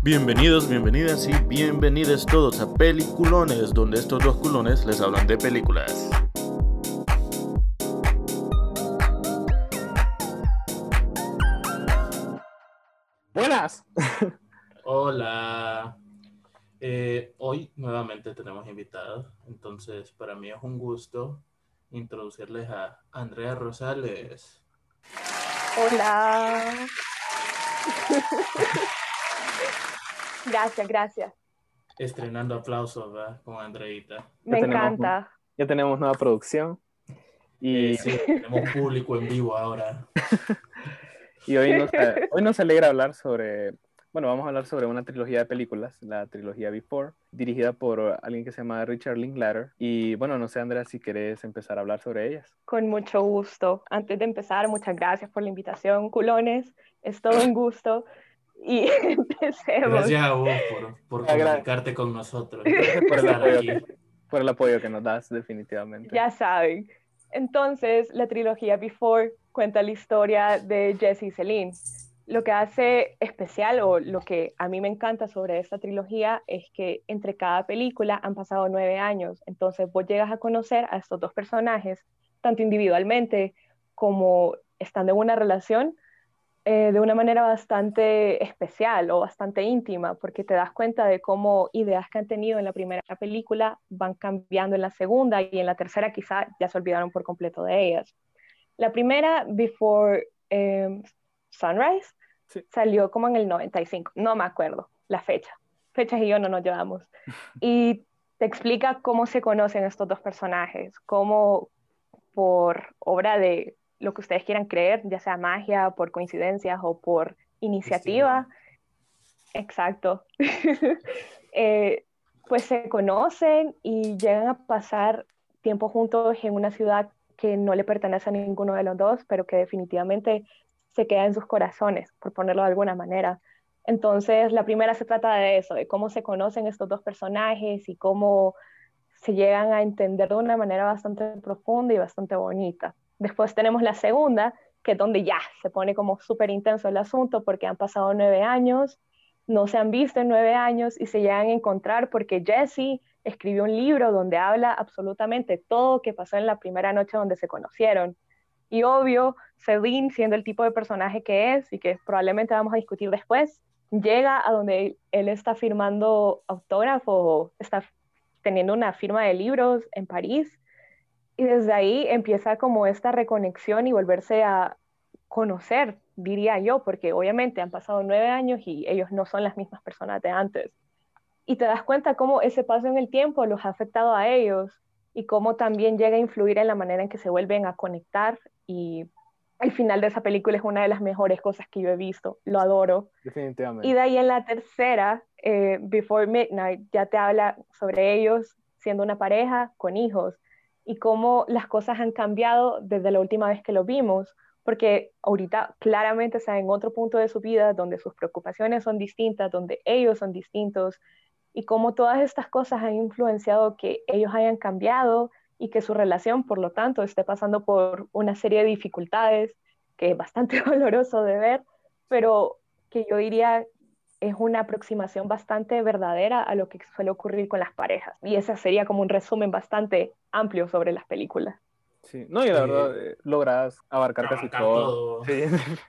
Bienvenidos, bienvenidas y bienvenidos todos a Peliculones, donde estos dos culones les hablan de películas. ¡Buenas! Hola. Hoy nuevamente tenemos invitados, entonces para mí es un gusto introducirles a Andrea Rosales. Hola. Gracias. Estrenando aplausos, ¿verdad? Con Andreita. Me encanta. Ya tenemos nueva producción. Y, Sí, tenemos público en vivo ahora. y hoy nos alegra hablar sobre... Bueno, vamos a hablar sobre una trilogía de películas, la trilogía Before, dirigida por alguien que se llama Richard Linklater. Y bueno, no sé, Andrea, si querés empezar a hablar sobre ellas. Con mucho gusto. Antes de empezar, muchas gracias por la invitación, culones. Es todo un gusto. Y empecemos. Gracias a vos por comunicarte con nosotros. Gracias por estar aquí. Por el apoyo que nos das, definitivamente. Ya saben. Entonces, la trilogía Before cuenta la historia de Jesse y Celine. Lo que hace especial o lo que a mí me encanta sobre esta trilogía es que entre cada película han pasado 9 años. Entonces vos llegas a conocer a estos dos personajes, tanto individualmente como estando en una relación, de una manera bastante especial o bastante íntima, porque te das cuenta de cómo ideas que han tenido en la primera película van cambiando en la segunda y en la tercera quizá ya se olvidaron por completo de ellas. La primera, Before Sunrise, sí, salió como en el 95, no me acuerdo la fecha. Fechas y yo no nos llevamos. Y te explica cómo se conocen estos dos personajes, cómo por obra de lo que ustedes quieran creer, ya sea magia, por coincidencias o por iniciativa. Exacto. Pues se conocen y llegan a pasar tiempo juntos en una ciudad que no le pertenece a ninguno de los dos, pero que definitivamente se queda en sus corazones, por ponerlo de alguna manera. Entonces, la primera se trata de eso, de cómo se conocen estos dos personajes y cómo se llegan a entender de una manera bastante profunda y bastante bonita. Después tenemos la segunda, que es donde ya se pone como súper intenso el asunto porque han pasado 9 años, no se han visto en 9 años y se llegan a encontrar porque Jesse escribió un libro donde habla absolutamente todo lo que pasó en la primera noche donde se conocieron. Y obvio, Celine, siendo el tipo de personaje que es y que probablemente vamos a discutir después, llega a donde él está firmando autógrafo, está teniendo una firma de libros en París y desde ahí empieza como esta reconexión y volverse a conocer, diría yo, porque obviamente han pasado 9 años y ellos no son las mismas personas de antes. Y te das cuenta cómo ese paso en el tiempo los ha afectado a ellos y cómo también llega a influir en la manera en que se vuelven a conectar y el final de esa película es una de las mejores cosas que yo he visto, lo adoro. Definitivamente. Y de ahí en la tercera, Before Midnight, ya te habla sobre ellos siendo una pareja con hijos y cómo las cosas han cambiado desde la última vez que lo vimos, porque ahorita claramente están en otro punto de su vida donde sus preocupaciones son distintas, donde ellos son distintos y cómo todas estas cosas han influenciado que ellos hayan cambiado y que su relación, por lo tanto, esté pasando por una serie de dificultades que es bastante doloroso de ver, pero que yo diría es una aproximación bastante verdadera a lo que suele ocurrir con las parejas. Y ese sería como un resumen bastante amplio sobre las películas. Sí, no, y la verdad, logras abarcar casi todo. Sí.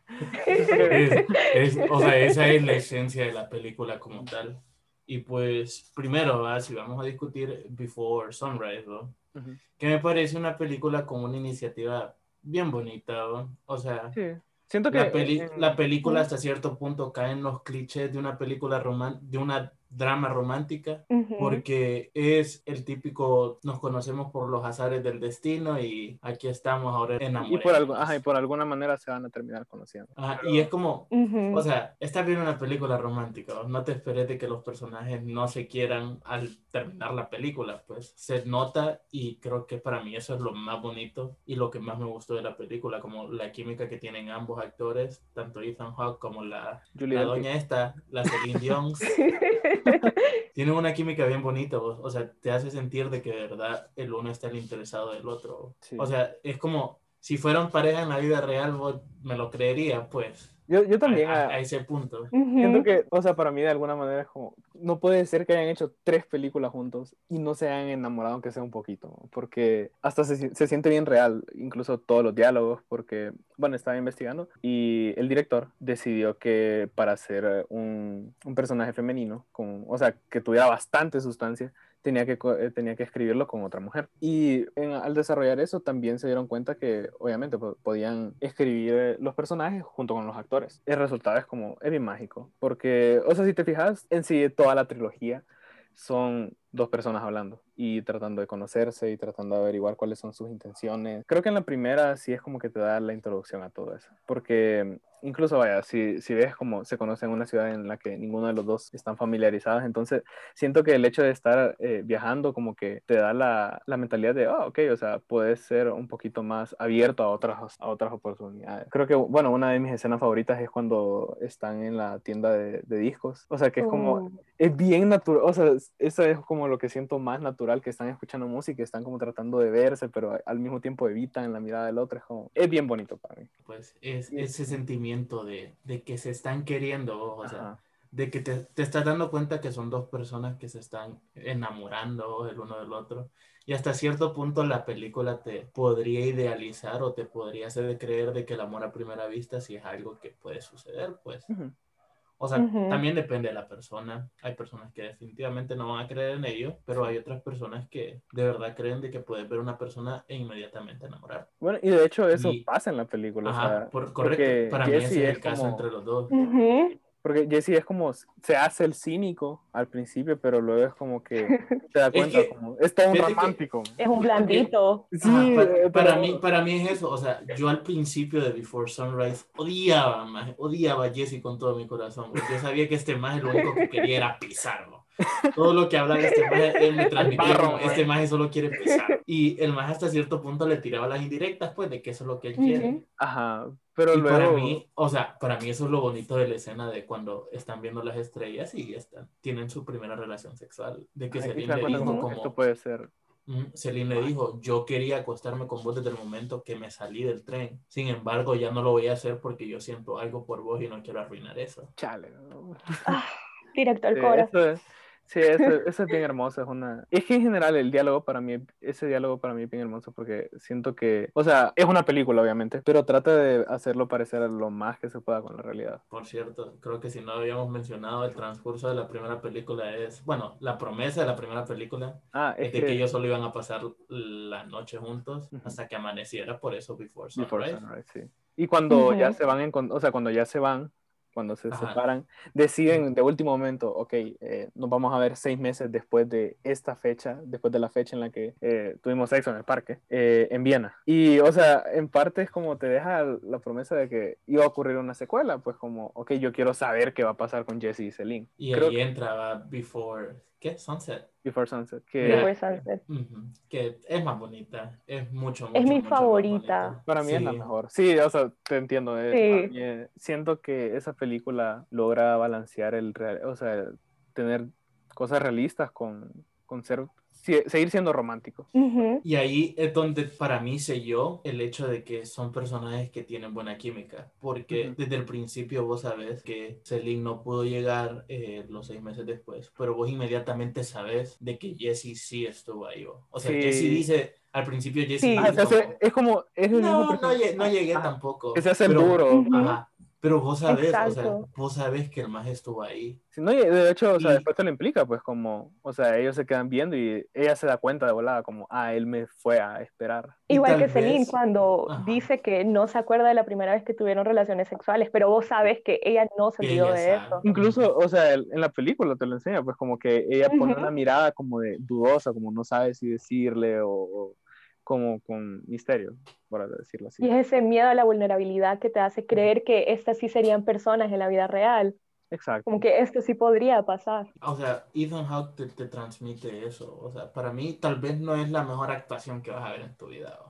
O sea, esa es la esencia de la película como tal. Y pues, primero, ¿verdad? Si vamos a discutir Before Sunrise, ¿no? Uh-huh. Que me parece una película con una iniciativa bien bonita, ¿no? O sea, sí. Siento que la película hasta cierto punto cae en los clichés de una película de una drama romántica, porque es el típico, nos conocemos por los azares del destino y aquí estamos ahora enamorados. Y por alguna manera se van a terminar conociendo. Y es como, o sea, estás viendo una película romántica, no te esperes de que los personajes no se quieran al terminar la película, pues se nota y creo que para mí eso es lo más bonito y lo que más me gustó de la película, como la química que tienen ambos actores, tanto Ethan Hawke como la doña esta, la Celine Dion. Tienen una química bien bonita, o sea, te hace sentir de que de verdad el uno está el interesado del otro. Sí. O sea, es como si fueran pareja en la vida real, vos me lo creería, pues. Yo también a ese punto. siento que, o sea, para mí de alguna manera es como, no puede ser que hayan hecho 3 películas juntos y no se hayan enamorado aunque sea un poquito, porque hasta se siente bien real, incluso todos los diálogos, porque, bueno, estaba investigando y el director decidió que para hacer un personaje femenino, o sea, que tuviera bastante sustancia, tenía que escribirlo con otra mujer. Y al desarrollar eso también se dieron cuenta que obviamente podían escribir los personajes junto con los actores. El resultado es bien mágico, porque, o sea, si te fijas, en sí toda la trilogía son 2 personas hablando y tratando de conocerse y tratando de averiguar cuáles son sus intenciones. Creo que en la primera sí es como que te da la introducción a todo eso, porque incluso vaya, si ves como se conocen en una ciudad en la que ninguno de los dos están familiarizados, entonces siento que el hecho de estar viajando como que te da la mentalidad de, ok, o sea, puedes ser un poquito más abierto a otras oportunidades. Creo que, bueno, una de mis escenas favoritas es cuando están en la tienda de discos, o sea, que es como, es bien natural, o sea, eso es como lo que siento más natural, que están escuchando música, están como tratando de verse, pero al mismo tiempo evitan la mirada del otro, es bien bonito para mí. Pues es ese sentimiento de que se están queriendo, o sea, Ajá. de que te estás dando cuenta que son 2 personas que se están enamorando el uno del otro. Y hasta cierto punto la película te podría idealizar o te podría hacer creer de que el amor a primera vista sí es algo que puede suceder, pues. Uh-huh. O sea, también depende de la persona. Hay personas que definitivamente no van a creer en ello, pero hay otras personas que de verdad creen de que puedes ver una persona e inmediatamente enamorar. Bueno, y de hecho eso pasa en la película, o sea, Correcto. porque Para mí Jesse ese es es el caso como, entre los dos. porque Jesse es como, se hace el cínico al principio, pero luego es como que se da Es cuenta, que, como, es todo un fíjate que romántico. Es un porque, blandito. Sí, pero... para mí es eso. O sea, yo al principio de Before Sunrise odiaba a Jesse con todo mi corazón. Porque yo sabía que este maje lo único que quería era pisarlo. Todo lo que hablaba de este maje, él me transmitía como, este maje solo quiere pisar. Y el maje hasta cierto punto le tiraba las indirectas, pues, de que eso es lo que él quiere. Ajá, pero Y para luego... mí, o sea, para mí eso es lo bonito de la escena de cuando están viendo las estrellas y tienen su primera relación sexual. De que Y se Celine da le cuenta dijo como, esto como, puede ser... Celine le dijo, yo quería acostarme con vos desde el momento que me salí del tren. Sin embargo, ya no lo voy a hacer porque yo siento algo por vos y no quiero arruinar eso. Chale, ¿no? Directo al Sí, cora. eso es bien hermoso. Es que en general el diálogo para mí, ese diálogo para mí es bien hermoso porque siento que, o sea, es una película obviamente, pero trata de hacerlo parecer lo más que se pueda con la realidad. Por cierto, creo que si no habíamos mencionado, el transcurso de la primera película es, bueno, la promesa de la primera película Es es de que que... ellos solo iban a pasar la noche juntos Uh-huh. hasta que amaneciera, por eso Before Before Sunrise. Sunrise, sí. Y cuando ya se van, o sea, cuando ya se van, cuando se separan, deciden de último momento, ok, nos vamos a ver 6 meses después de esta fecha, después de la fecha en la que tuvimos sexo en el parque, en Viena. Y, o sea, en parte es como te deja la promesa de que iba a ocurrir una secuela, pues como, ok, yo quiero saber qué va a pasar con Jesse y Celine. Y ahí entraba Before, ¿qué? Sunset. Before Sunset. Before Sunset. Que es más bonita, es mucho Es mi mucho favorita. más Para mí es la mejor. Sí, o sea, te entiendo. Sí. Siento que esa película logra balancear o sea, tener cosas realistas con seguir siendo romántico. Y ahí es donde para mí selló el hecho de que son personajes que tienen buena química, porque desde el principio vos sabés que Celine no pudo llegar los 6 meses después, pero vos inmediatamente sabés de que Jesse sí estuvo ahí. O sea, Jesse dice, al principio Jesse dice como, es el mismo personaje. no llegué tampoco, que se hace el duro. Pero vos sabés, Exacto. o sea, vos sabés que el maje estuvo ahí. Sí, no, y de hecho, o sea, después te lo implica, pues como, o sea, ellos se quedan viendo y ella se da cuenta de volada, como, él me fue a esperar. Igual que Celine cuando dice que no se acuerda de la primera vez que tuvieron relaciones sexuales, pero vos sabes que ella no se olvidó de eso. Incluso, o sea, en la película te lo enseña, pues como que ella pone una mirada como de dudosa, como no sabe si decirle o como con misterio, por decirlo así. Y es ese miedo a la vulnerabilidad que te hace creer que estas sí serían personas en la vida real. Exacto. Como que esto sí podría pasar. O sea, Ethan Hawke te transmite eso. O sea, para mí tal vez no es la mejor actuación que vas a ver en tu vida.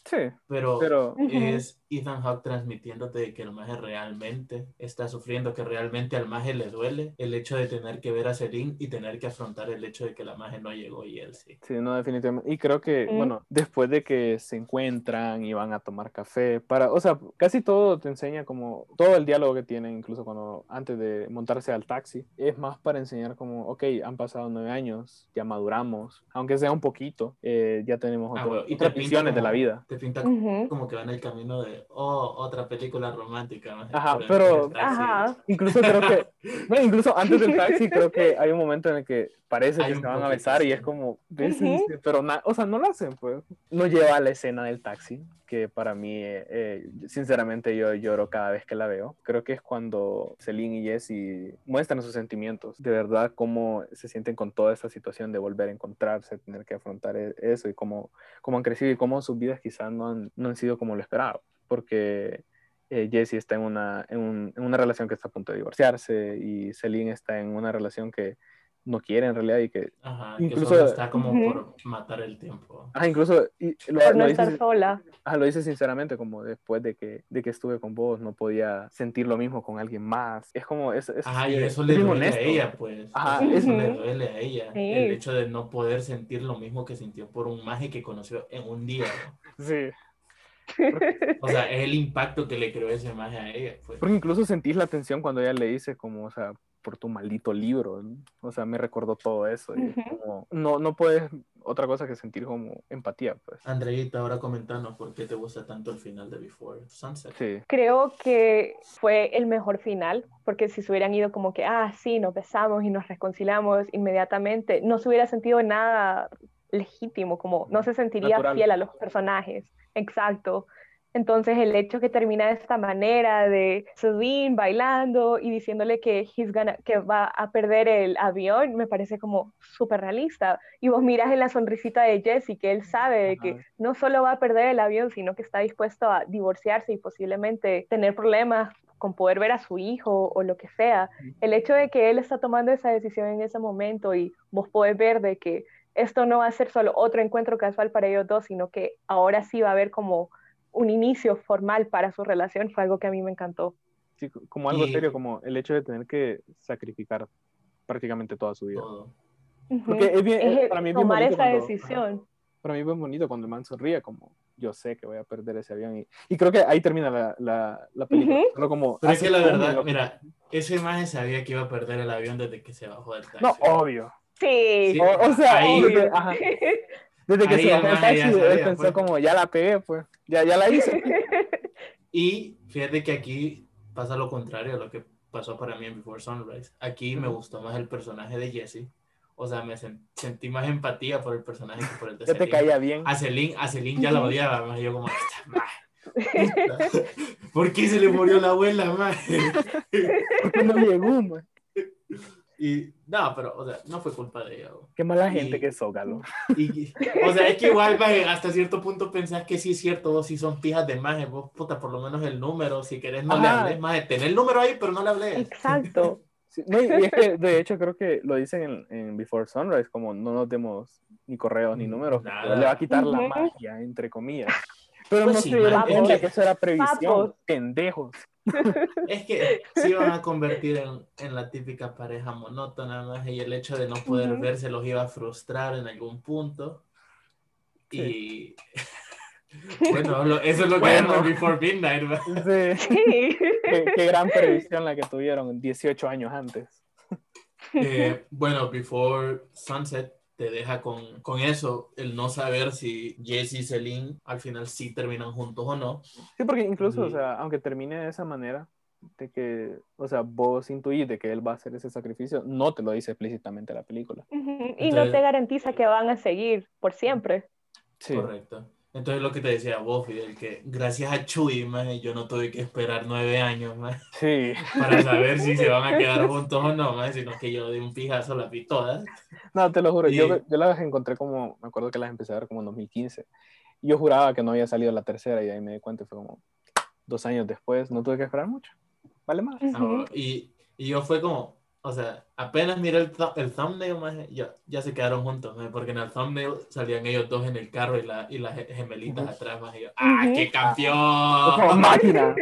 Sí, pero Ujú. es Ethan Hawke transmitiéndote de que el maje realmente está sufriendo, que realmente al maje le duele el hecho de tener que ver a Celine y tener que afrontar el hecho de que la maje no llegó y él sí. sí, no, definitivamente. Y creo que, Mm. bueno, después de que se encuentran y van a tomar café, o sea, casi todo te enseña como, todo el diálogo que tienen, incluso cuando, antes de montarse al taxi, es más para enseñar como, ok, han pasado 9 años, ya maduramos, aunque sea un poquito, ya tenemos Bueno, y otras visiones de la vida. te pinta Ujú. como que va en el camino de, oh, otra película romántica, maje, Ajá, pero en el pero taxi Ajá. incluso creo que, no, incluso antes del taxi creo que hay un momento en el que parece hay que se un van a poquito besar y así. es como, Ujú. bésense, pero o sea, no lo hacen, pues. No lleva a la escena del taxi, que para mí, sinceramente, yo lloro cada vez que la veo. Creo que es cuando Celine y Jesse muestran sus sentimientos, de verdad, cómo se sienten con toda esa situación de volver a encontrarse, tener que afrontar eso y cómo han crecido y cómo sus vidas quizás no han sido como lo esperaba, porque Jesse está en una relación que está a punto de divorciarse y Celine está en una relación que no quiere en realidad y que Ajá, que incluso, solo está como Ujú. por matar el tiempo. incluso Por no lo estar dice, sola. lo dice sinceramente, como después de que estuve con vos no podía sentir lo mismo con alguien más. Es como, es Ajá, así, y es eso le bien duele a honesto. ella, pues. O Ajá, sea, eso le Ujú. duele a ella. El Sí. hecho de no poder sentir lo mismo que sintió por un maje que conoció en un día, ¿no? sí. O sea, es el impacto que le creó ese maje a ella, pues. Porque incluso sentís la tensión cuando ella le dice como, o sea, por tu maldito libro, ¿no? O sea, me recordó todo eso y es Ujú. como, no puedes otra cosa que sentir como empatía, pues. Andreita, ahora comentanos por qué te gusta tanto el final de Before Sunset. Sí, Creo que fue el mejor final, porque si se hubieran ido como que, sí, nos besamos y nos reconciliamos inmediatamente, no se hubiera sentido nada legítimo, como no se sentiría natural. fiel a los personajes. Exacto. Entonces el hecho que termina de esta manera de Celine bailando y diciéndole que, que va a perder el avión, me parece como súper realista. Y vos miras en la sonrisita de Jesse que él sabe de que Ajá. no solo va a perder el avión, sino que está dispuesto a divorciarse y posiblemente tener problemas con poder ver a su hijo o lo que sea. El hecho de que él está tomando esa decisión en ese momento y vos podés ver de que esto no va a ser solo otro encuentro casual para ellos dos, sino que ahora sí va a haber como un inicio formal para su relación, fue algo que a mí me encantó. Sí, como algo Y serio, como el hecho de tener que sacrificar prácticamente toda su vida. todo. Porque Ujú. para mí es bien Tomar bonito esa cuando, decisión. para mí es bien bonito cuando el man sonríe, como yo sé que voy a perder ese avión. Y creo que ahí termina la película. Ujú. Solo como Pero es hace que la como verdad, lo que... mira, ese maje sabía que iba a perder el avión desde que se bajó del No, taxi. obvio. Sí, Sí, O sea, ahí, obvio. desde que se ahí el bajó el maje taxi, ya él sabía, pensó pues. como, ya la pegué, pues, ya la hice. Y fíjate que aquí pasa lo contrario a lo que pasó para mí en Before Sunrise. Aquí me gustó más el personaje de Jesse. O sea, me sentí más empatía por el personaje que por el de Ya te Celine. caía bien. A Celine ya la Ujú. odiaba, más yo como, esta maje, puta. ¿Por qué se le murió la abuela, maje? Porque no llegó, man. Y no, pero, o sea, no fue culpa de ella. Qué mala gente Y, que sos, Galo. o sea, es que igual, maje, hasta cierto punto pensás que sí es cierto, vos sí son pijas de maje, vos, puta, por lo menos el número, si querés no le Ajá, hables, maje, ten el número ahí, pero no le hables. Exacto. sí, no, y es que de hecho creo que lo dicen en Before Sunrise, como no nos demos ni correos ni números, porque le va a Nada. quitar la Ujú. magia, entre comillas. Pero Pues no se sí, dieron maje, cuenta que Papos, eso era previsión, papos. pendejos. es que se iban a convertir en la típica pareja monótona, maje, y el hecho de no poder Ujú. verse los iba a frustrar en algún punto. Sí. Y bueno, eso es lo que vemos en Bueno, Before Midnight, ¿va? sí. Sí. Qué gran previsión la que tuvieron 18 años antes. Bueno, Before Sunset te deja con eso, el no saber si Jesse y Celine al final sí terminan juntos o no. Sí, porque incluso, o Y- sea, aunque termine de esa manera, de que, o sea, vos intuís de que él va a hacer ese sacrificio, no te lo dice explícitamente la película. Ujú. Y no te Entonces, garantiza que van a seguir por siempre. Sí, correcto. Entonces lo que te decía vos, Fidel, que gracias a Chuy, maje, yo no tuve que esperar 9 años más sí. para saber si se van a quedar juntos o no, maje, sino que yo de un pijazo las vi todas. No, te lo juro, Y yo las encontré como, me acuerdo que las empecé a ver como en 2015. Y yo juraba que no había salido la tercera y ahí me di cuenta, fue como 2 años después, no tuve que esperar mucho. Vale más. Ujú. y yo fue como, o sea, apenas miré el thumbnail, maje, ya se quedaron juntos, maje, porque en el thumbnail salían ellos dos en el carro y las gemelitas atrás, maje, y yo, ¡ah, qué Como campeón! máquina,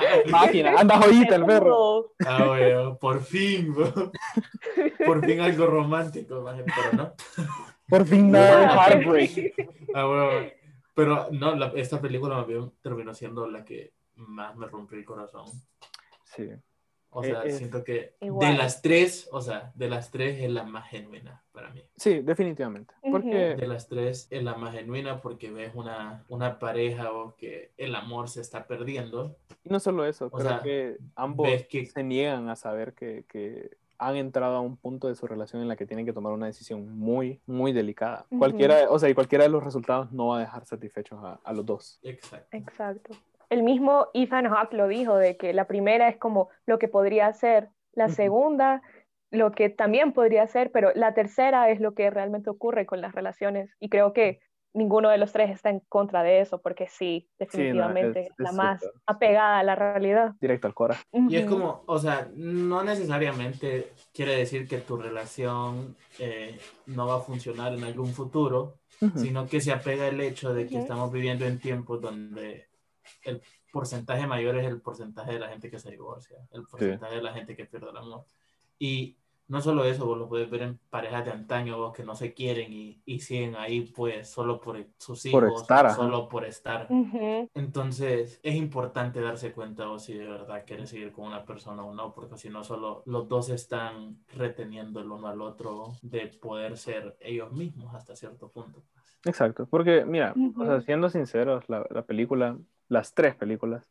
anda joyita el perro. Ah, weón, por fin, bro. Por fin algo romántico, maje, pero no. Por fin nada de heartbreak. Ah, weón. Pero no, esta película más bien terminó siendo la que más me rompió el corazón. Sí. O sea, siento que igual. de las tres, o sea, de las tres es la más genuina para mí. Sí, definitivamente. Porque de las tres es la más genuina porque ves una pareja o que el amor se está perdiendo. Y no solo eso, O creo sea, que ambos ves que se niegan a saber que han entrado a un punto de su relación en la que tienen que tomar una decisión muy, muy delicada. Cualquiera de los resultados no va a dejar satisfechos a los dos. Exacto. El mismo Ethan Hawke lo dijo, de que la primera es como lo que podría ser, la segunda lo que también podría ser, pero la tercera es lo que realmente ocurre con las relaciones. Y creo que ninguno de los tres está en contra de eso, porque sí, definitivamente Sí, no, es la más apegada a la realidad. Directo al cora. Y es como, o sea, no necesariamente quiere decir que tu relación no va a funcionar en algún futuro, sino que se apega el hecho de que estamos viviendo en tiempos donde el porcentaje mayor es el porcentaje de la gente que se divorcia, el porcentaje de la gente que pierde el amor. Y no solo eso, vos lo puedes ver en parejas de antaño, vos que no se quieren y siguen ahí pues solo por sus hijos, por estar, solo por estar. Entonces es importante darse cuenta vos si de verdad quieres seguir con una persona o no, porque si no solo los dos están reteniendo el uno al otro de poder ser ellos mismos hasta cierto punto. Exacto, porque mira, o sea, siendo sinceros, la película, las tres películas,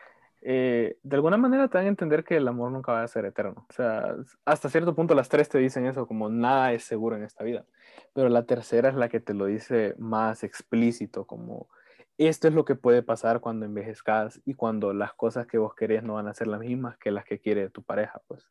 de alguna manera te dan a entender que el amor nunca va a ser eterno. O sea, hasta cierto punto las tres te dicen eso, como nada es seguro en esta vida. Pero la tercera es la que te lo dice más explícito, como esto es lo que puede pasar cuando envejezcas y cuando las cosas que vos querés no van a ser las mismas que las que quiere tu pareja, pues.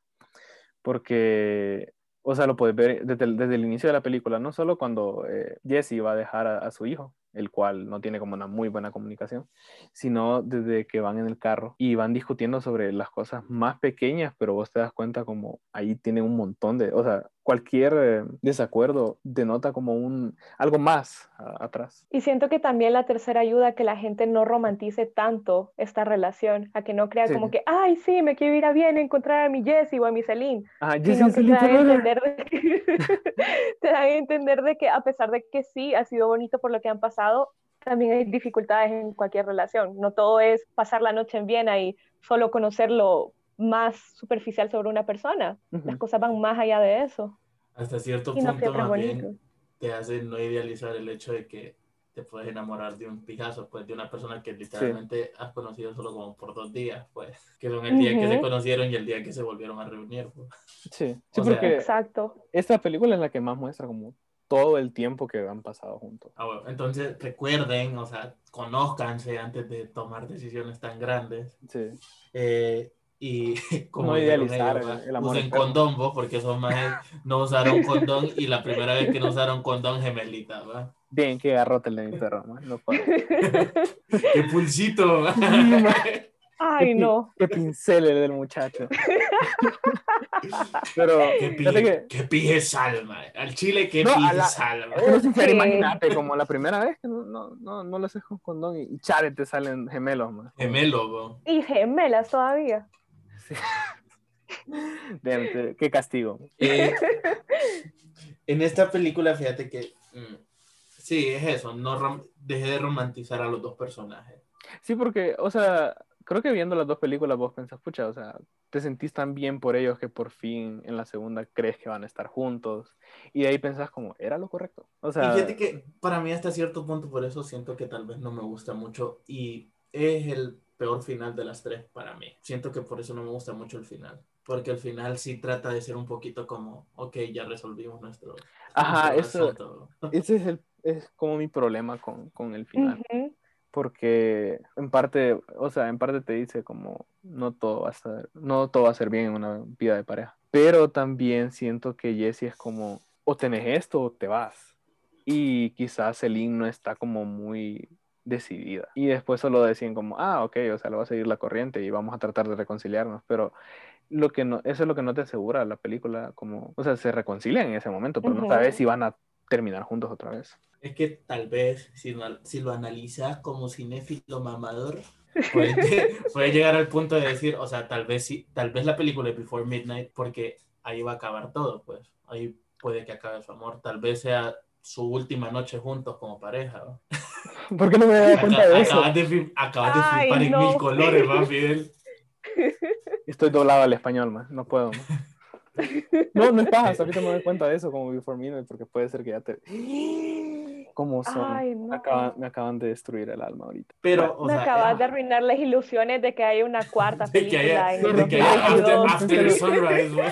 Porque, o sea, lo puedes ver desde el inicio de la película, no solo cuando Jesse va a dejar a su hijo, el cual no tiene como una muy buena comunicación, sino desde que van en el carro y van discutiendo sobre las cosas más pequeñas, pero vos te das cuenta como ahí tienen un montón o sea, cualquier desacuerdo denota como algo más atrás. Y siento que también la tercera ayuda a que la gente no romantice tanto esta relación, a que no crea como que, ay, sí, me quiero ir a bien a encontrar a mi Jessie o a mi Celine, sino que te dan a entender te dan a entender de que a pesar de que sí ha sido bonito por lo que han pasado, también hay dificultades en cualquier relación. No todo es pasar la noche en Viena y solo conocer lo más superficial sobre una persona. Las cosas van más allá de eso. Hasta cierto punto más bien te hace no idealizar el hecho de que te puedes enamorar de un pijazo, pues de una persona que literalmente has conocido solo como por 2 días, pues, que son el día que se conocieron y el día que se volvieron a reunir, pues. Sí, porque esta película es la que más muestra como todo el tiempo que han pasado juntos. Bueno, entonces recuerden, o sea, conózcanse antes de tomar decisiones tan grandes. Sí. Y como no idealizar el amor usen condón, vos, porque esos más no usaron condón y la primera vez que no usaron condón, gemelita, ¿va? Bien, qué garrote el de mi perro, ¿no? No puedo. Qué pulsito, ¿va? Ay, no. Qué pincel el del muchacho. Pero qué pije salma. Al chile, qué pije salma. No sincero, imagínate, como la primera vez que no lo haces con condón y chale, te salen gemelos, man. Gemelos, bro. Y gemelas todavía. Sí. Qué castigo. En esta película, fíjate que sí, es eso, dejé de romantizar a los dos personajes. Sí, porque, o sea, creo que viendo las dos películas vos pensás, pucha, o sea, te sentís tan bien por ellos que por fin en la segunda crees que van a estar juntos y de ahí pensás como, ¿era lo correcto? O sea, y fíjate que para mí hasta cierto punto por eso siento que tal vez no me gusta mucho y es el peor final de las tres para mí. Siento que por eso no me gusta mucho el final. Porque el final sí trata de ser un poquito como, ok, ya resolvimos nuestro asunto. Ese es como mi problema con el final. Porque en parte te dice como no todo va a ser bien en una vida de pareja. Pero también siento que Jessie es como, o tenés esto o te vas. Y quizás Celine no está como muy decidida. Y después solo decían como, ok, o sea, le va a seguir la corriente y vamos a tratar de reconciliarnos, pero eso es lo que no te asegura la película, como, o sea, se reconcilian en ese momento, pero no sabes si van a terminar juntos otra vez. Es que tal vez, si lo analizas como cinéfilo mamador, puede llegar al punto de decir, o sea, tal vez la película es Before Midnight, porque ahí va a acabar todo, pues. Ahí puede que acabe su amor. Tal vez sea su última noche juntos como pareja, ¿no? ¿Por qué no me das cuenta de eso? Acabas de flipar en 1000 colores, ¿va, Fidel? Estoy doblado al español, man. No puedo, man. No es paja, ahorita me doy cuenta de eso como Before Midnight, porque puede ser que ya te... ¿Cómo son? Ay, no. Me acaban de destruir el alma ahorita. Pero, me acabas de arruinar las ilusiones de que hay una cuarta película. De que haya After Sunrise, ¿no?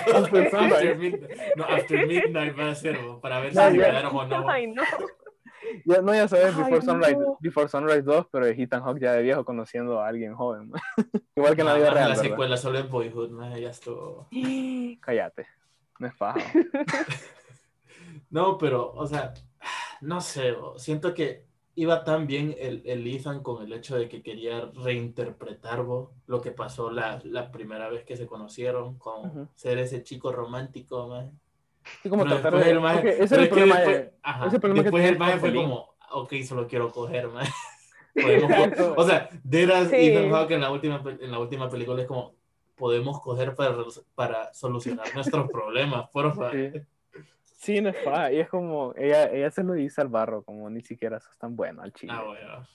After Midnight va a ser, ¿no? Para ver si se quedaron o no. Ay, no. Ya sabes, Before Sunrise 2, pero Ethan Hawke ya de viejo conociendo a alguien joven. Igual que en la vida real, la ¿verdad? secuela solo es Boyhood, ¿no? Ya estuvo. Cállate, no es paja. No, pero, o sea, no sé, siento que iba tan bien el Ethan con el hecho de que quería reinterpretar lo que pasó la primera vez que se conocieron, con ser ese chico romántico, man. Sí, como pero tratar de... Ese es el problema. Después el maje fue como, ok, solo quiero coger, man. O sea, Deras Ethan Hawke en la última película es como, podemos coger para solucionar nuestros problemas, por favor. Sí, no es paja. Y es como, ella se lo dice al barro, como ni siquiera sos tan bueno al chile. Bueno.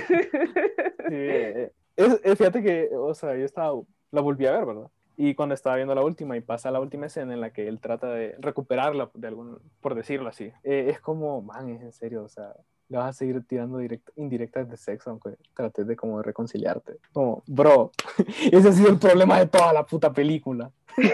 Sí, fíjate que, o sea, la volví a ver, ¿verdad? Y cuando estaba viendo la última y pasa la última escena en la que él trata de recuperarla, por decirlo así, es como, man, es en serio, o sea, le vas a seguir tirando indirectas de sexo, aunque trates de como reconciliarte. Como, bro, ese ha sido el problema de toda la puta película.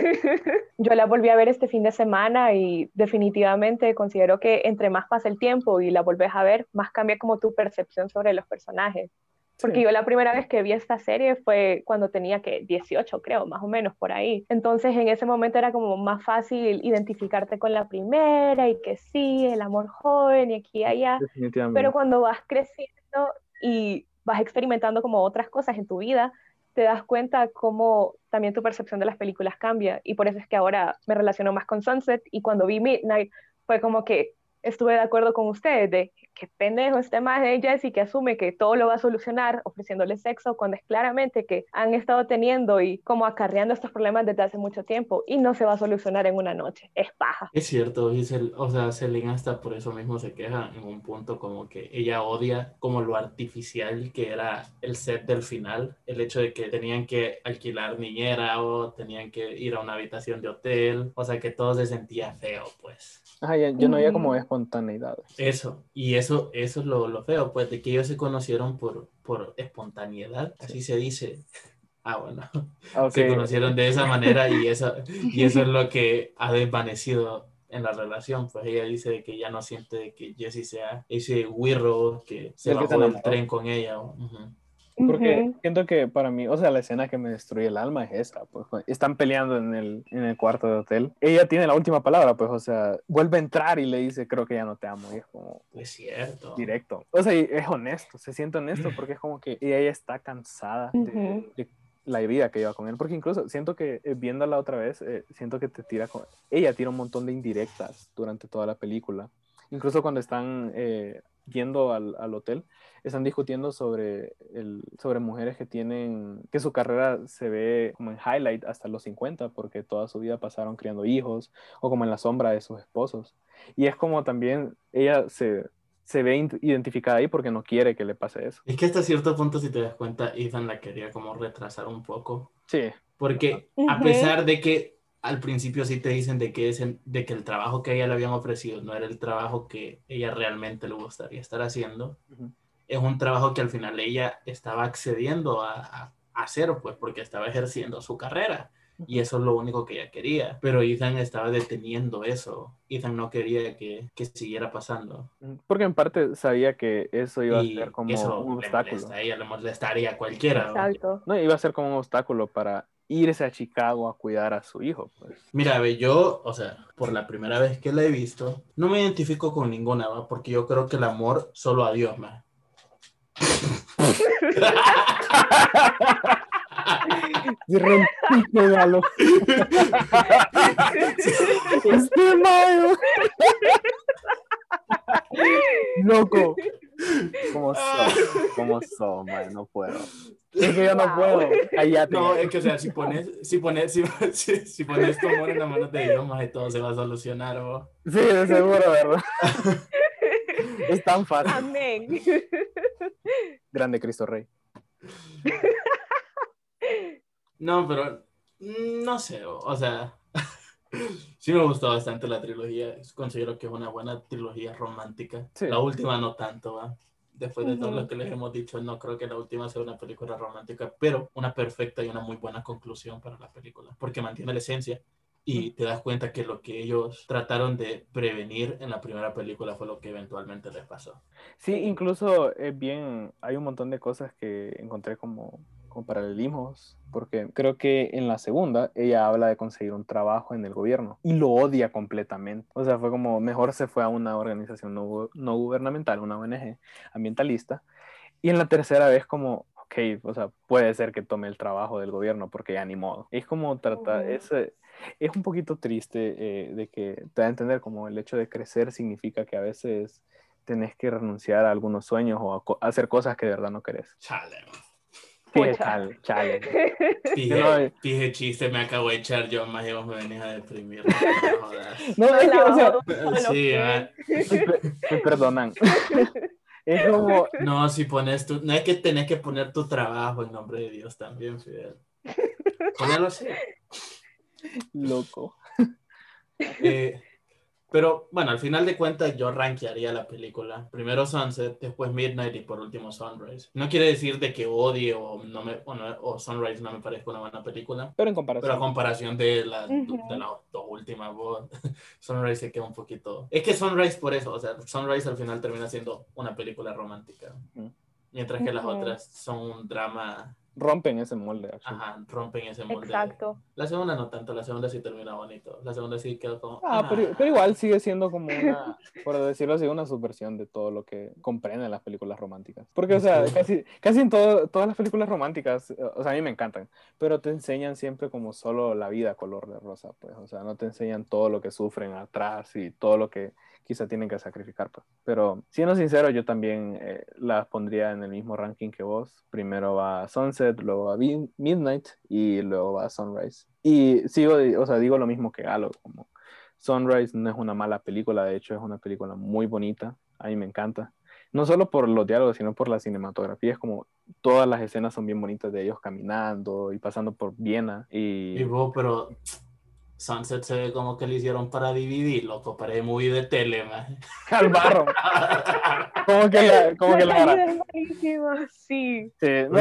Yo la volví a ver este fin de semana y definitivamente considero que entre más pasa el tiempo y la volvés a ver, más cambia como tu percepción sobre los personajes. Porque yo la primera vez que vi esta serie fue cuando tenía 18, creo, más o menos por ahí. Entonces en ese momento era como más fácil identificarte con la primera y que sí, el amor joven y aquí y allá. Pero cuando vas creciendo y vas experimentando como otras cosas en tu vida, te das cuenta cómo también tu percepción de las películas cambia. Y por eso es que ahora me relaciono más con Sunset, y cuando vi Midnight fue como que estuve de acuerdo con ustedes de que pendejo este más de Jesse que asume que todo lo va a solucionar ofreciéndole sexo, cuando es claramente que han estado teniendo y como acarreando estos problemas desde hace mucho tiempo y no se va a solucionar en una noche. Es paja. Es cierto, o sea, Selene hasta por eso mismo se queja en un punto, como que ella odia como lo artificial que era el set del final, el hecho de que tenían que alquilar niñera o tenían que ir a una habitación de hotel, o sea, que todo se sentía feo, pues. Ajá, yo no había como espontaneidad. Eso es lo feo, pues, de que ellos se conocieron por espontaneidad, así se dice. Bueno, okay. Se conocieron de esa manera y eso es lo que ha desvanecido en la relación. Pues ella dice que ya no siente que Jesse sea ese güirro que se bajó del tren con ella. Porque siento que para mí, o sea, la escena que me destruye el alma es esta, pues están peleando en el cuarto de hotel. Ella tiene la última palabra, pues, o sea, vuelve a entrar y le dice, creo que ya no te amo, y es como... Es cierto. Directo. O sea, es honesto, se siente honesto porque es como que ella está cansada de la vida que lleva con él, porque incluso siento que viéndola otra vez, siento que ella tira un montón de indirectas durante toda la película. Incluso cuando están yendo al hotel, están discutiendo sobre mujeres que su carrera se ve como en highlight hasta los 50, porque toda su vida pasaron criando hijos, o como en la sombra de sus esposos. Y es como también ella se ve identificada ahí porque no quiere que le pase eso. Es que hasta cierto punto, si te das cuenta, Ethan la quería como retrasar un poco. Sí. Porque a pesar de que al principio sí te dicen de que el trabajo que a ella le habían ofrecido no era el trabajo que ella realmente le gustaría estar haciendo, es un trabajo que al final ella estaba accediendo a hacer, pues, porque estaba ejerciendo su carrera. Y eso es lo único que ella quería. Pero Ethan estaba deteniendo eso. Ethan no quería que siguiera pasando. Porque en parte sabía que eso iba a ser como un obstáculo. A ella le molestaría a cualquiera. Exacto. No, iba a ser como un obstáculo para irse a Chicago a cuidar a su hijo, pues. Mira, yo, o sea, por la primera vez que la he visto, no me identifico con ninguna, ¿va? Porque yo creo que el amor solo a Dios, man. Y rompiste, Galo. Este mayo. Loco. ¿Cómo sos, man? No puedo. Es que yo no puedo. Cállate. No, es que, o sea, si pones tu amor en las manos de Dios, más de todo se va a solucionar, vos. Sí, de seguro, ¿verdad? Es tan fácil. Amén. Grande Cristo Rey. No, pero no sé, o sea, sí me gustó bastante la trilogía. Considero que es una buena trilogía romántica. Sí. La última no tanto, ¿va? Después de todo lo que les hemos dicho, no creo que la última sea una película romántica, pero una perfecta y una muy buena conclusión para la película, porque mantiene la esencia y te das cuenta que lo que ellos trataron de prevenir en la primera película fue lo que eventualmente les pasó. Sí, incluso hay un montón de cosas que encontré como paralelismos, porque creo que en la segunda ella habla de conseguir un trabajo en el gobierno y lo odia completamente. O sea, fue como mejor se fue a una organización no gubernamental, una ONG ambientalista, y en la tercera vez como, ok, o sea, puede ser que tome el trabajo del gobierno porque ya ni modo. Es como tratar, es un poquito triste de que te da a entender como el hecho de crecer significa que a veces tenés que renunciar a algunos sueños o a hacer cosas que de verdad no querés. Chale. Chale. Dije chiste, me acabo de echar yo, más y vos me venís a deprimir. No, es que, o sea, sí, me perdonan. Es como... No, si pones tu... No es que tenés que poner tu trabajo en nombre de Dios también, Fidel. Ponelo así. Loco. Pero, bueno, al final de cuentas yo rankearía la película. Primero Sunset, después Midnight y por último Sunrise. No quiere decir de que odie o Sunrise no me parezca una buena película. Pero a comparación de las dos últimas, Sunrise se queda un poquito... Es que Sunrise por eso, o sea, Sunrise al final termina siendo una película romántica. Mientras que las otras son un drama... Rompen ese molde. Ajá, rompen ese molde. Exacto. La segunda no tanto, la segunda sí termina bonito. La segunda sí quedó como... Pero igual sigue siendo como una, por decirlo así, una subversión de todo lo que comprenden las películas románticas. Porque, o sea, casi en todas las películas románticas, o sea, a mí me encantan, pero te enseñan siempre como solo la vida color de rosa, pues. O sea, no te enseñan todo lo que sufren atrás y todo lo que quizá tienen que sacrificar, pues. Pero, siendo sincero, yo también las pondría en el mismo ranking que vos. Primero va Sunset, luego va Midnight y luego va Sunrise. Y digo lo mismo que Galo, como Sunrise no es una mala película, de hecho es una película muy bonita, a mí me encanta. No solo por los diálogos, sino por la cinematografía, es como todas las escenas son bien bonitas de ellos caminando y pasando por Viena. Pero Sunset se ve como que lo hicieron para dividir, loco, para el movie de tele, man. Al barro. como que la vida es buenísima, sí.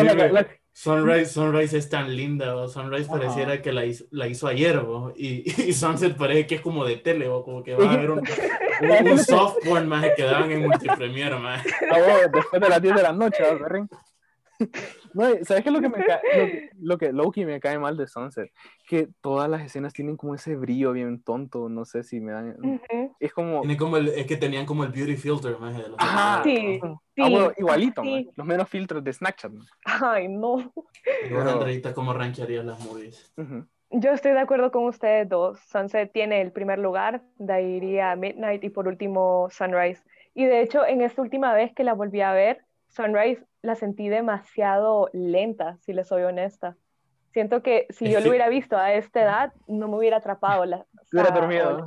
Sunrise es tan linda, ¿o? Sunrise pareciera que la hizo ayer, ¿o? Y Sunset parece que es como de tele, ¿o? Como que va a haber un software más que daban en Multipremiere, más. Después de las 10 de la noche, ¿verdad? No, ¿sabes qué es lo que Loki me cae mal de Sunset? Que todas las escenas tienen como ese brillo bien tonto, no sé si me dan... Es como... es que tenían como el beauty filter, más de los sí. Bueno, igualito, sí. Los menos filtros de Snapchat. Ay, no. Andreita, ¿cómo rankearías las movies? Yo estoy de acuerdo con ustedes dos. Sunset tiene el primer lugar, de ahí iría Midnight y por último Sunrise. Y de hecho, en esta última vez que la volví a ver, Sunrise la sentí demasiado lenta, si les soy honesta. Siento que si yo lo hubiera visto a esta edad, no me hubiera atrapado. Hubiera dormido.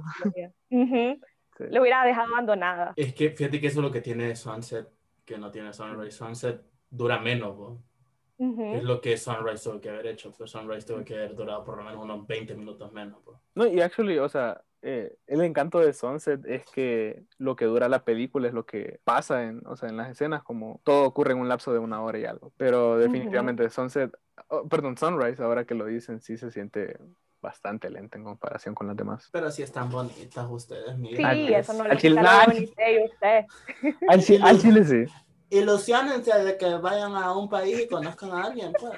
Sí. Lo hubiera dejado abandonada. Es que fíjate que eso es lo que tiene Sunset, que no tiene Sunrise. Sunset dura menos, ¿no? Es lo que Sunrise tuvo que haber hecho, pero Sunrise tuvo que haber durado por lo menos unos 20 minutos menos. ¿No? No, y actually, o sea, el encanto de Sunset es que lo que dura la película es lo que pasa en las escenas, como todo ocurre en un lapso de 1 hora y algo. Pero definitivamente Sunrise, ahora que lo dicen, sí se siente bastante lenta en comparación con las demás. Pero sí están bonitas ustedes, miren. Sí, eso no le quita la bonita y usted. Al chile sí. Ilusionense de que vayan a un país y conozcan a alguien, pues.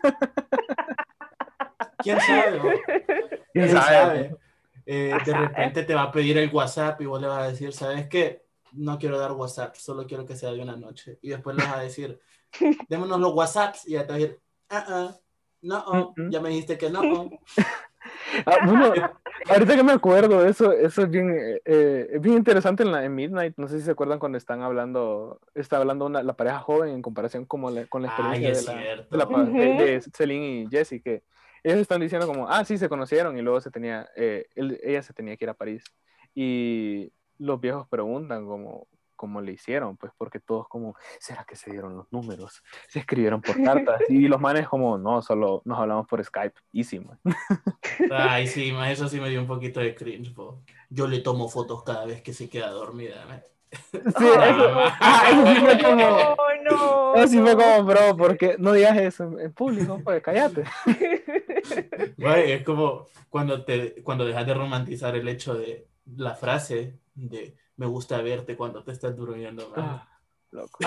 ¿Quién sabe? ¿Quién sabe? De repente te va a pedir el WhatsApp y vos le vas a decir, ¿sabes qué? no quiero dar WhatsApp, solo quiero que sea de una noche. Y después le vas a decir, démonos los WhatsApps, y ya te va a decir, no, ya me dijiste que no. Bueno, ahorita que me acuerdo, eso es bien interesante en Midnight. No sé si se acuerdan cuando está hablando la pareja joven en comparación con la experiencia de Celine y Jesse, que ellos están diciendo como, sí, se conocieron y luego ella se tenía que ir a París. Y los viejos preguntan cómo le hicieron, pues porque todos como, ¿será que se dieron los números? Se escribieron por cartas. Y los manes como, no, solo nos hablamos por Skype. Easy, man. Ay, sí, más eso sí me dio un poquito de cringe, po. Yo le tomo fotos cada vez que se queda dormida, ¿no? Sí, eso sí fue como... Eso sí fue como, bro, porque no digas eso en público, pues cállate. Güey, es como cuando dejas de romantizar el hecho de la frase de me gusta verte cuando te estás durmiendo, man. Loco.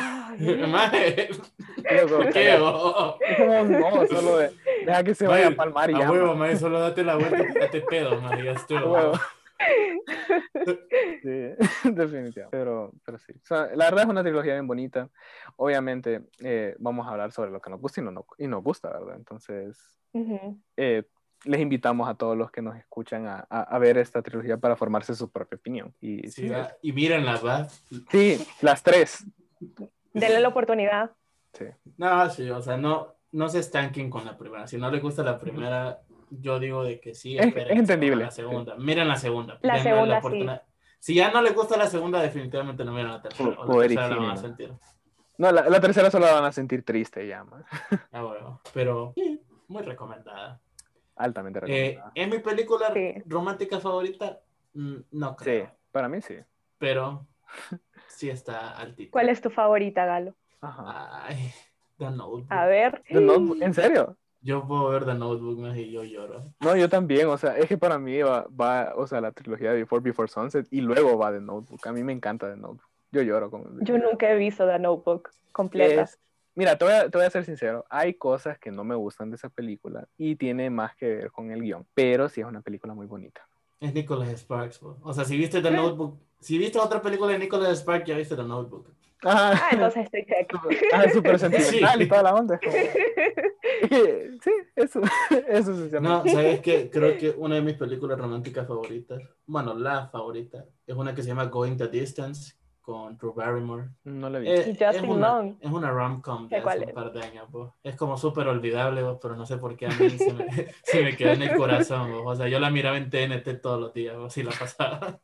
Loco, ¿qué? No, solo deja que se vaya a palmar y ya. A huevo, man, solo date la vuelta y date pedo, man, ya estoy. Sí, definitivamente. Pero sí. O sea, la verdad es una trilogía bien bonita. Obviamente vamos a hablar sobre lo que nos gusta y nos gusta, ¿verdad? Entonces, les invitamos a todos los que nos escuchan a ver esta trilogía para formarse su propia opinión. Y mírenlas, ¿va? Sí, las tres. Denle la oportunidad. Sí. No, sí, o sea, no se estanquen con la primera. Si no les gusta la primera, yo digo de que sí, es entendible. La segunda. Sí. Miren la segunda. La segunda, sí. Si ya no les gusta la segunda, definitivamente no miren la tercera. O la tercera la van a sentir. No, la tercera solo la van a sentir triste ya, man. Bueno, pero muy recomendada. Altamente recomendada. ¿Es mi película romántica favorita? No creo. Sí, para mí sí. Pero sí está altita. ¿Cuál es tu favorita, Galo? Ajá. Ay, The Notebook. A ver. The Notebook, ¿en serio? Yo puedo ver The Notebook más y yo lloro. No, yo también, o sea, es que para mí va o sea, la trilogía de Before Sunset y luego va The Notebook. A mí me encanta The Notebook. Yo lloro con... Yo nunca he visto The Notebook completa. Mira, te voy a ser sincero, hay cosas que no me gustan de esa película y tiene más que ver con el guión, pero sí es una película muy bonita. Es Nicholas Sparks, bro. O sea, si viste The Notebook, si viste otra película de Nicholas Sparks, ya viste The Notebook. Entonces estoy check. Súper sentimental y toda la onda. Sí, eso se llama. No, ¿sabes qué? Creo que una de mis películas románticas favoritas, bueno, la favorita, es una que se llama Going the Distance, con Drew Barrymore. No la vi. Es una rom-com de hace un par de años, pues. Es como súper olvidable, pues, pero no sé por qué a mí se me quedó en el corazón, pues. O sea, yo la miraba en TNT todos los días, pues, así la pasaba.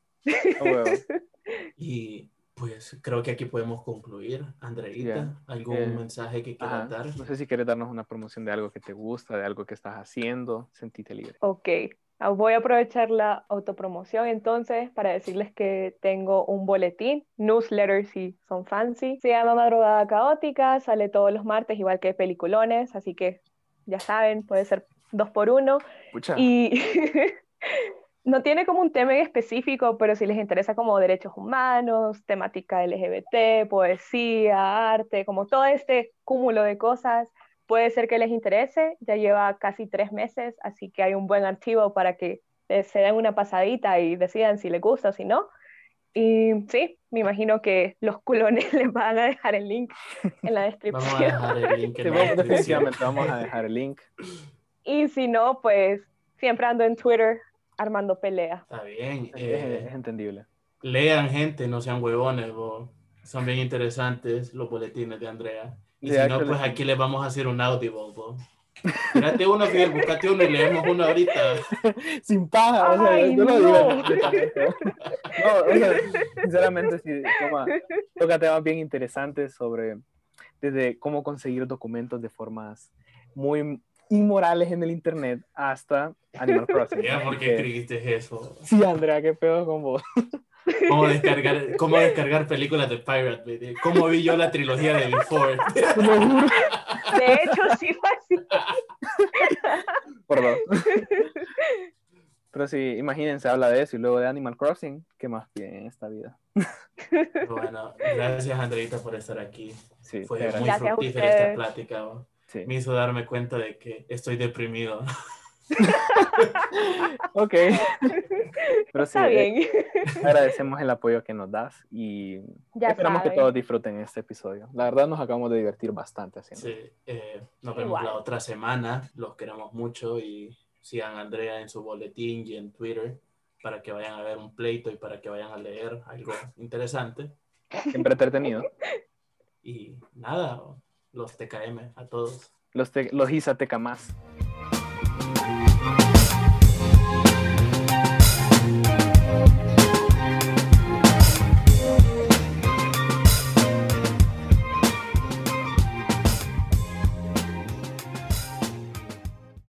Y pues creo que aquí podemos concluir. Andreita, ¿algún mensaje que quieras dar? No sé si quieres darnos una promoción de algo que te gusta, de algo que estás haciendo, sentite libre. Ok. Voy a aprovechar la autopromoción entonces para decirles que tengo un boletín, newsletter si son fancy. Se llama Madrugada Caótica, sale todos los martes igual que Peliculones, así que ya saben, puede ser 2x1. Pucha. Y no tiene como un tema en específico, pero si les interesa como derechos humanos, temática LGBT, poesía, arte, como todo este cúmulo de cosas, puede ser que les interese. Ya lleva casi 3 meses, así que hay un buen archivo para que se den una pasadita y decidan si les gusta o si no. Y sí, me imagino que los culones les van a dejar el link en la descripción. Vamos a dejar el link en la descripción. Definitivamente vamos a dejar el link. Y si no, pues siempre ando en Twitter armando pelea. Está bien. Es entendible. Lean, gente, no sean huevones, son bien interesantes los boletines de Andrea. Y si no, pues aquí les vamos a hacer un audible, bro. Mírate uno, Fidel, buscate uno y leemos uno ahorita. Sin paja, o sea, yo lo digo completamente. No, o sea, sinceramente, sí, toca temas bien interesantes sobre desde cómo conseguir documentos de formas muy inmorales en el internet hasta Animal Crossing. Ya, ¿por qué creíste eso? Sí, Andrea, qué pedo con vos. ¿Cómo descargar películas de Pirate Bay? ¿Cómo vi yo la trilogía de Before? De hecho, sí fue así. Perdón. Pero sí, imagínense, habla de eso y luego de Animal Crossing, ¿qué más pide en esta vida? Bueno, gracias, Andreita, por estar aquí. Sí, fue muy fructífera esta plática. Sí. Me hizo darme cuenta de que estoy deprimido. Ok. Pero Está bien. Agradecemos el apoyo que nos das y Ya esperamos que saben. todos disfruten este episodio. La verdad nos acabamos de divertir bastante haciendo. Sí, nos vemos Igual. la otra semana. Los queremos mucho y sigan a Andrea en su boletín y en Twitter para que vayan a ver un pleito y para que vayan a leer algo interesante. Siempre entretenido. Y nada, los TKM a todos. Los Isateca más.